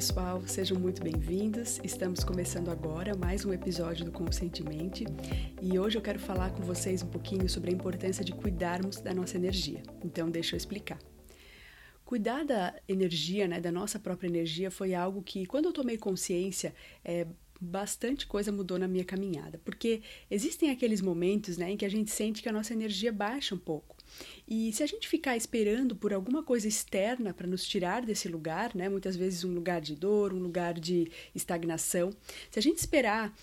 pessoal, sejam muito bem-vindos. Estamos começando agora mais um episódio do Conscientemente e hoje eu quero falar com vocês um pouquinho sobre a importância de cuidarmos da nossa energia. Então, deixa eu explicar. Cuidar da energia, da nossa própria energia, foi algo que, quando eu tomei consciência, bastante coisa mudou na minha caminhada, porque existem aqueles momentos, em que a gente sente que a nossa energia baixa um pouco. E se a gente ficar esperando por alguma coisa externa para nos tirar desse lugar, muitas vezes um lugar de dor, um lugar de estagnação, se a gente esperar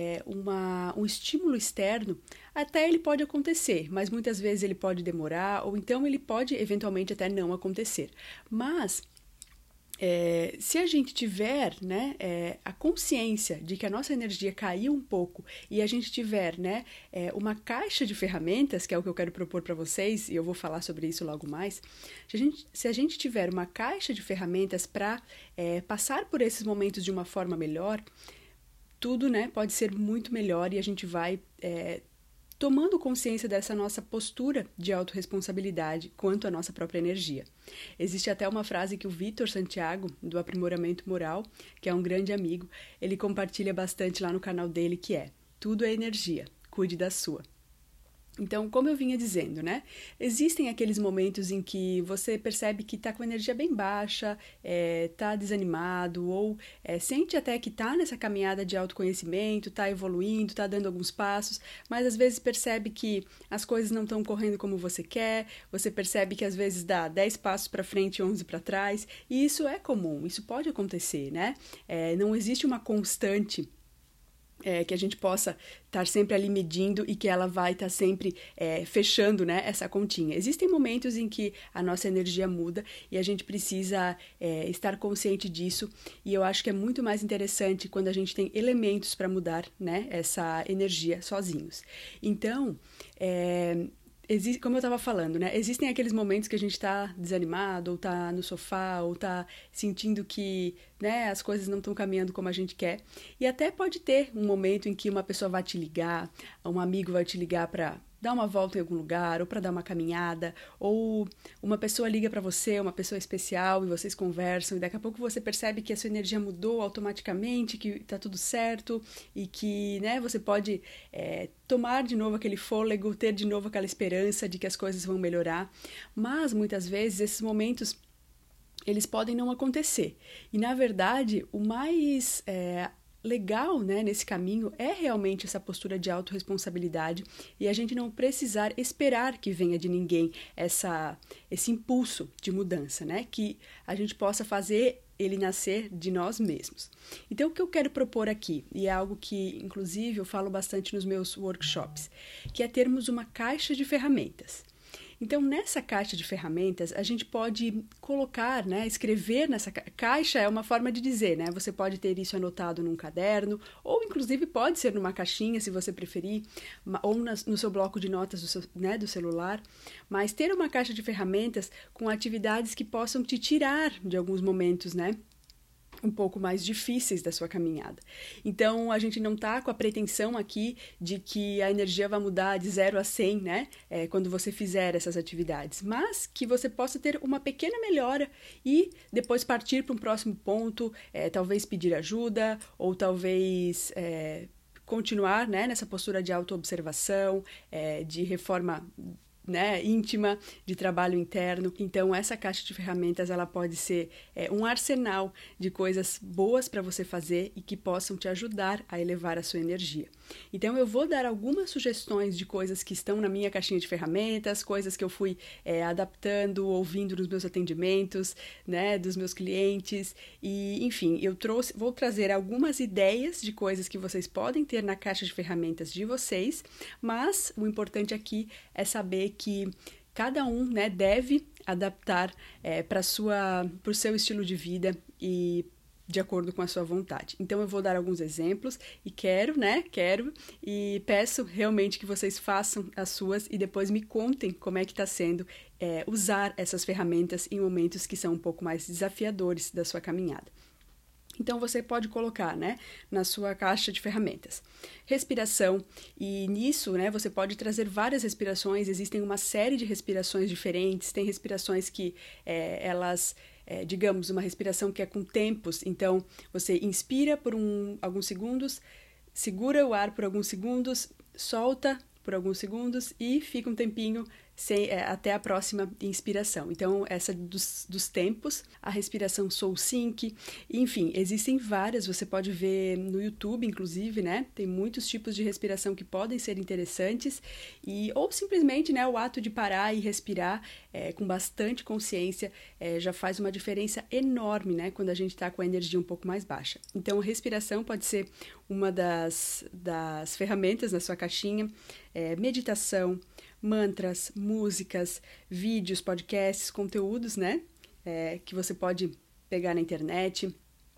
um estímulo externo, até ele pode acontecer, mas muitas vezes ele pode demorar, ou então ele pode eventualmente até não acontecer. Mas se a gente tiver a consciência de que a nossa energia caiu um pouco e a gente tiver uma caixa de ferramentas, que é o que eu quero propor para vocês, e eu vou falar sobre isso logo mais, se a gente tiver uma caixa de ferramentas para passar por esses momentos de uma forma melhor, tudo pode ser muito melhor e a gente vai tomando consciência dessa nossa postura de autorresponsabilidade quanto à nossa própria energia. Existe até uma frase que o Vitor Santiago, do Aprimoramento Moral, que é um grande amigo, ele compartilha bastante lá no canal dele, que é: tudo é energia, cuide da sua. Então, como eu vinha dizendo, existem aqueles momentos em que você percebe que está com a energia bem baixa, está desanimado, ou sente até que está nessa caminhada de autoconhecimento, está evoluindo, está dando alguns passos, mas às vezes percebe que as coisas não estão correndo como você quer, você percebe que às vezes dá 10 passos para frente e 11 para trás, e isso é comum, isso pode acontecer, não existe uma constante que a gente possa estar sempre ali medindo e que ela vai estar sempre fechando essa continha. Existem momentos em que a nossa energia muda e a gente precisa estar consciente disso, e eu acho que é muito mais interessante quando a gente tem elementos para mudar essa energia sozinhos. Então, como eu estava falando, existem aqueles momentos que a gente está desanimado, ou está no sofá, ou está sentindo que as coisas não estão caminhando como a gente quer. E até pode ter um momento em que uma pessoa vai te ligar, um amigo vai te ligar para dar uma volta em algum lugar, ou para dar uma caminhada, ou uma pessoa liga para você, uma pessoa especial, e vocês conversam, e daqui a pouco você percebe que a sua energia mudou automaticamente, que está tudo certo, e que você pode tomar de novo aquele fôlego, ter de novo aquela esperança de que as coisas vão melhorar. Mas, muitas vezes, esses momentos eles podem não acontecer. E, na verdade, o mais legal nesse caminho é realmente essa postura de autorresponsabilidade e a gente não precisar esperar que venha de ninguém esse impulso de mudança, que a gente possa fazer ele nascer de nós mesmos. Então, o que eu quero propor aqui, e é algo que, inclusive, eu falo bastante nos meus workshops, que é termos uma caixa de ferramentas. Então, nessa caixa de ferramentas, a gente pode colocar, escrever nessa caixa é uma forma de dizer, você pode ter isso anotado num caderno, ou inclusive pode ser numa caixinha, se você preferir, ou no seu bloco de notas do celular, mas ter uma caixa de ferramentas com atividades que possam te tirar de alguns momentos, um pouco mais difíceis da sua caminhada. Então, a gente não está com a pretensão aqui de que a energia vai mudar de 0 a 100, quando você fizer essas atividades, mas que você possa ter uma pequena melhora e depois partir para um próximo ponto, talvez pedir ajuda, ou talvez continuar nessa postura de autoobservação, de reforma íntima, de trabalho interno. Então, essa caixa de ferramentas ela pode ser um arsenal de coisas boas para você fazer e que possam te ajudar a elevar a sua energia. Então, eu vou dar algumas sugestões de coisas que estão na minha caixinha de ferramentas, coisas que eu fui adaptando, ouvindo nos meus atendimentos, dos meus clientes, e enfim, vou trazer algumas ideias de coisas que vocês podem ter na caixa de ferramentas de vocês, mas o importante aqui é saber que cada um deve adaptar para o seu estilo de vida e de acordo com a sua vontade. Então, eu vou dar alguns exemplos e quero e peço realmente que vocês façam as suas e depois me contem como é que está sendo usar essas ferramentas em momentos que são um pouco mais desafiadores da sua caminhada. Então, você pode colocar, na sua caixa de ferramentas, respiração, e nisso, você pode trazer várias respirações, existem uma série de respirações diferentes, tem respirações que elas digamos, uma respiração que é com tempos. Então, você inspira por alguns segundos, segura o ar por alguns segundos, solta por alguns segundos e fica um tempinho até a próxima inspiração. Então, essa dos tempos, a respiração Soul Sync, enfim, existem várias, você pode ver no YouTube, inclusive, né? Tem muitos tipos de respiração que podem ser interessantes, ou simplesmente, né, o ato de parar e respirar com bastante consciência já faz uma diferença enorme, né, quando a gente está com a energia um pouco mais baixa. Então, a respiração pode ser uma das ferramentas na sua caixinha, meditação, mantras, músicas, vídeos, podcasts, conteúdos, né, que você pode pegar na internet,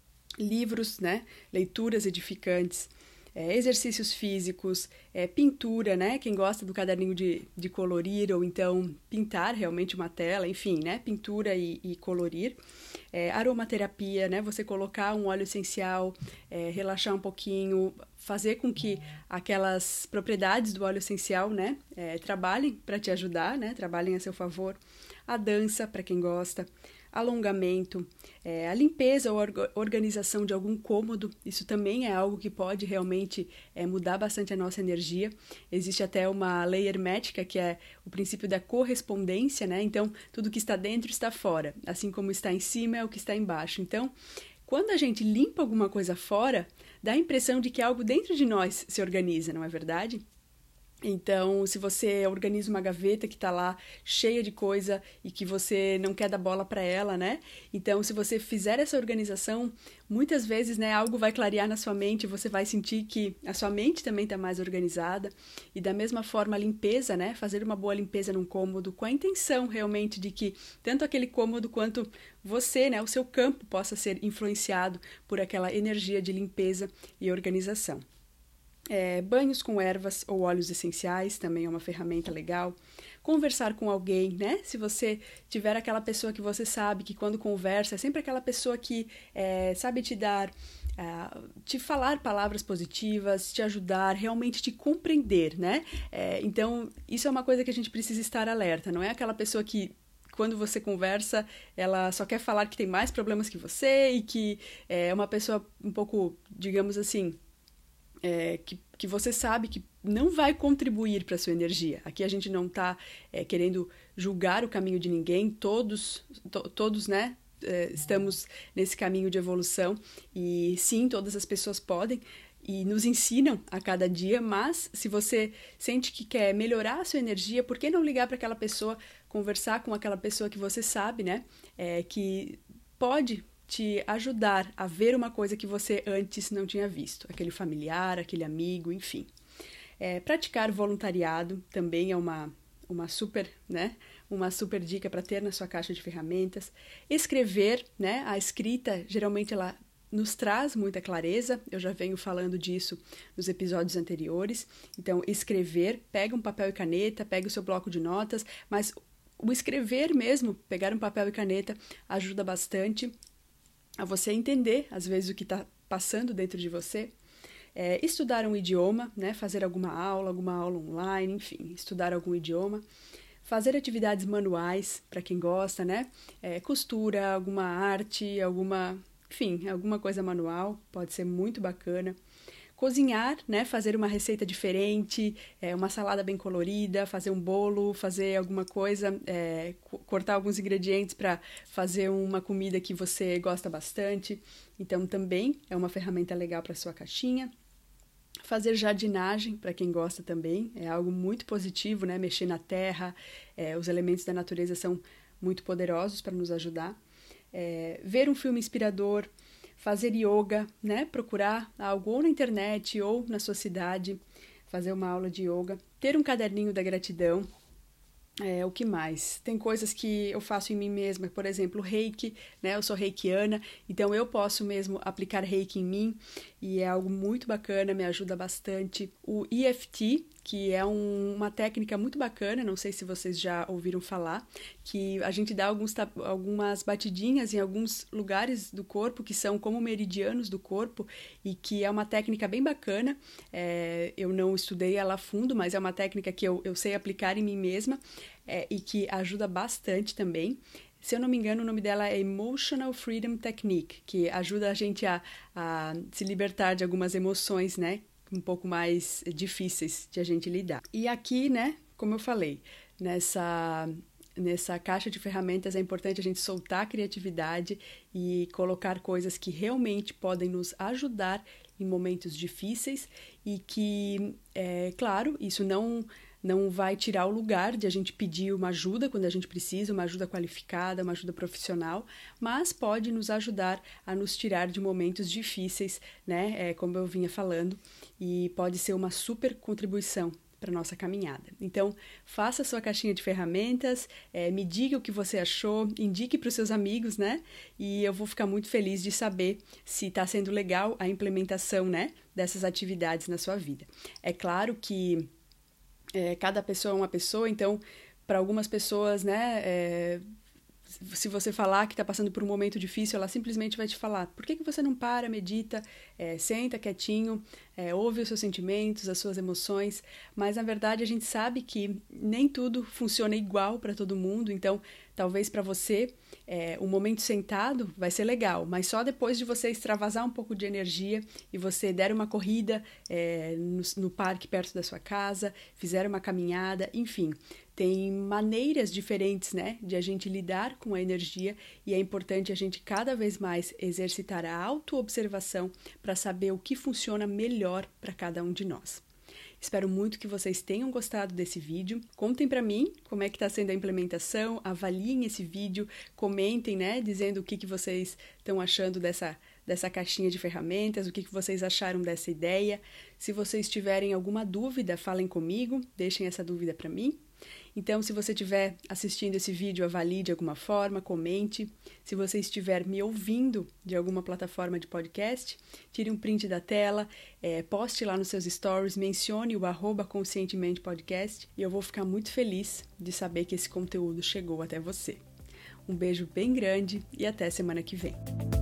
livros, né, leituras edificantes, exercícios físicos, pintura, né, quem gosta do caderninho de colorir ou então pintar realmente uma tela, enfim, né, pintura e colorir, aromaterapia, né, você colocar um óleo essencial, relaxar um pouquinho, fazer com que aquelas propriedades do óleo essencial, né, trabalhem para te ajudar, né, trabalhem a seu favor, a dança para quem gosta, alongamento, a limpeza ou organização de algum cômodo, isso também é algo que pode realmente mudar bastante a nossa energia. Existe até uma lei hermética, que é o princípio da correspondência, né? Então, tudo que está dentro está fora, assim como está em cima é o que está embaixo. Então, quando a gente limpa alguma coisa fora, dá a impressão de que algo dentro de nós se organiza, não é verdade? Então, se você organiza uma gaveta que está lá cheia de coisa e que você não quer dar bola para ela, né? Então, se você fizer essa organização, muitas vezes, né, algo vai clarear na sua mente, você vai sentir que a sua mente também está mais organizada. E da mesma forma, a limpeza, né? Fazer uma boa limpeza num cômodo com a intenção realmente de que tanto aquele cômodo quanto você, né, o seu campo possa ser influenciado por aquela energia de limpeza e organização. Banhos com ervas ou óleos essenciais também é uma ferramenta legal. Conversar com alguém, né? Se você tiver aquela pessoa que você sabe que quando conversa, é sempre aquela pessoa que sabe te falar palavras positivas, te ajudar, realmente te compreender, né? Então, isso é uma coisa que a gente precisa estar alerta. Não é aquela pessoa que quando você conversa, ela só quer falar que tem mais problemas que você e que é uma pessoa um pouco, digamos assim, que você sabe que não vai contribuir para a sua energia. Aqui a gente não está querendo julgar o caminho de ninguém, todos né, estamos nesse caminho de evolução e sim, todas as pessoas podem e nos ensinam a cada dia, mas se você sente que quer melhorar a sua energia, por que não ligar para aquela pessoa, conversar com aquela pessoa que você sabe, né, que pode te ajudar a ver uma coisa que você antes não tinha visto, aquele familiar, aquele amigo, enfim. Praticar voluntariado também é uma super, né, uma super dica para ter na sua caixa de ferramentas. Escrever, né, a escrita, geralmente ela nos traz muita clareza, eu já venho falando disso nos episódios anteriores. Então, escrever, pega um papel e caneta, pega o seu bloco de notas, mas o escrever mesmo, pegar um papel e caneta, ajuda bastante a você entender, às vezes, o que está passando dentro de você. Estudar um idioma, né? Fazer alguma aula online, enfim, estudar algum idioma. Fazer atividades manuais, para quem gosta, né? Costura, alguma arte, alguma coisa manual, pode ser muito bacana. Cozinhar, né? Fazer uma receita diferente, uma salada bem colorida, fazer um bolo, fazer alguma coisa, cortar alguns ingredientes para fazer uma comida que você gosta bastante. Então, também é uma ferramenta legal para sua caixinha. Fazer jardinagem, para quem gosta também, é algo muito positivo, né? Mexer na terra, os elementos da natureza são muito poderosos para nos ajudar. Ver um filme inspirador, fazer yoga, né? Procurar algo ou na internet ou na sua cidade, fazer uma aula de yoga, ter um caderninho da gratidão. O que mais? Tem coisas que eu faço em mim mesma, por exemplo, reiki, né? Eu sou reikiana, então eu posso mesmo aplicar reiki em mim e é algo muito bacana, me ajuda bastante. O EFT, que é uma técnica muito bacana, não sei se vocês já ouviram falar, que a gente dá algumas batidinhas em alguns lugares do corpo que são como meridianos do corpo e que é uma técnica bem bacana. Eu não estudei ela a fundo, mas é uma técnica que eu sei aplicar em mim mesma e que ajuda bastante também. Se eu não me engano, o nome dela é Emotional Freedom Technique, que ajuda a gente a se libertar de algumas emoções, né, um pouco mais difíceis de a gente lidar. E aqui, né, como eu falei, nessa caixa de ferramentas é importante a gente soltar a criatividade e colocar coisas que realmente podem nos ajudar em momentos difíceis e que, claro, isso não vai tirar o lugar de a gente pedir uma ajuda quando a gente precisa, uma ajuda qualificada, uma ajuda profissional, mas pode nos ajudar a nos tirar de momentos difíceis, né? Como eu vinha falando, e pode ser uma super contribuição para nossa caminhada. Então, faça a sua caixinha de ferramentas, me diga o que você achou, indique para os seus amigos, né? E eu vou ficar muito feliz de saber se está sendo legal a implementação, né, dessas atividades na sua vida. É claro que cada pessoa é uma pessoa, então, para algumas pessoas, né, se você falar que está passando por um momento difícil, ela simplesmente vai te falar: por que você não para, medita, senta quietinho, ouve os seus sentimentos, as suas emoções? Mas, na verdade, a gente sabe que nem tudo funciona igual para todo mundo, então, talvez para você, um momento sentado vai ser legal, mas só depois de você extravasar um pouco de energia e você der uma corrida no parque perto da sua casa, fizer uma caminhada, enfim. Tem maneiras diferentes, né, de a gente lidar com a energia e é importante a gente cada vez mais exercitar a autoobservação para saber o que funciona melhor para cada um de nós. Espero muito que vocês tenham gostado desse vídeo. Contem para mim como é que está sendo a implementação, avaliem esse vídeo, comentem, né, dizendo o que vocês estão achando dessa caixinha de ferramentas, o que vocês acharam dessa ideia. Se vocês tiverem alguma dúvida, falem comigo, deixem essa dúvida para mim. Então, se você estiver assistindo esse vídeo, avalie de alguma forma, comente. Se você estiver me ouvindo de alguma plataforma de podcast, tire um print da tela, poste lá nos seus stories, mencione o @conscientementepodcast e eu vou ficar muito feliz de saber que esse conteúdo chegou até você. Um beijo bem grande e até semana que vem.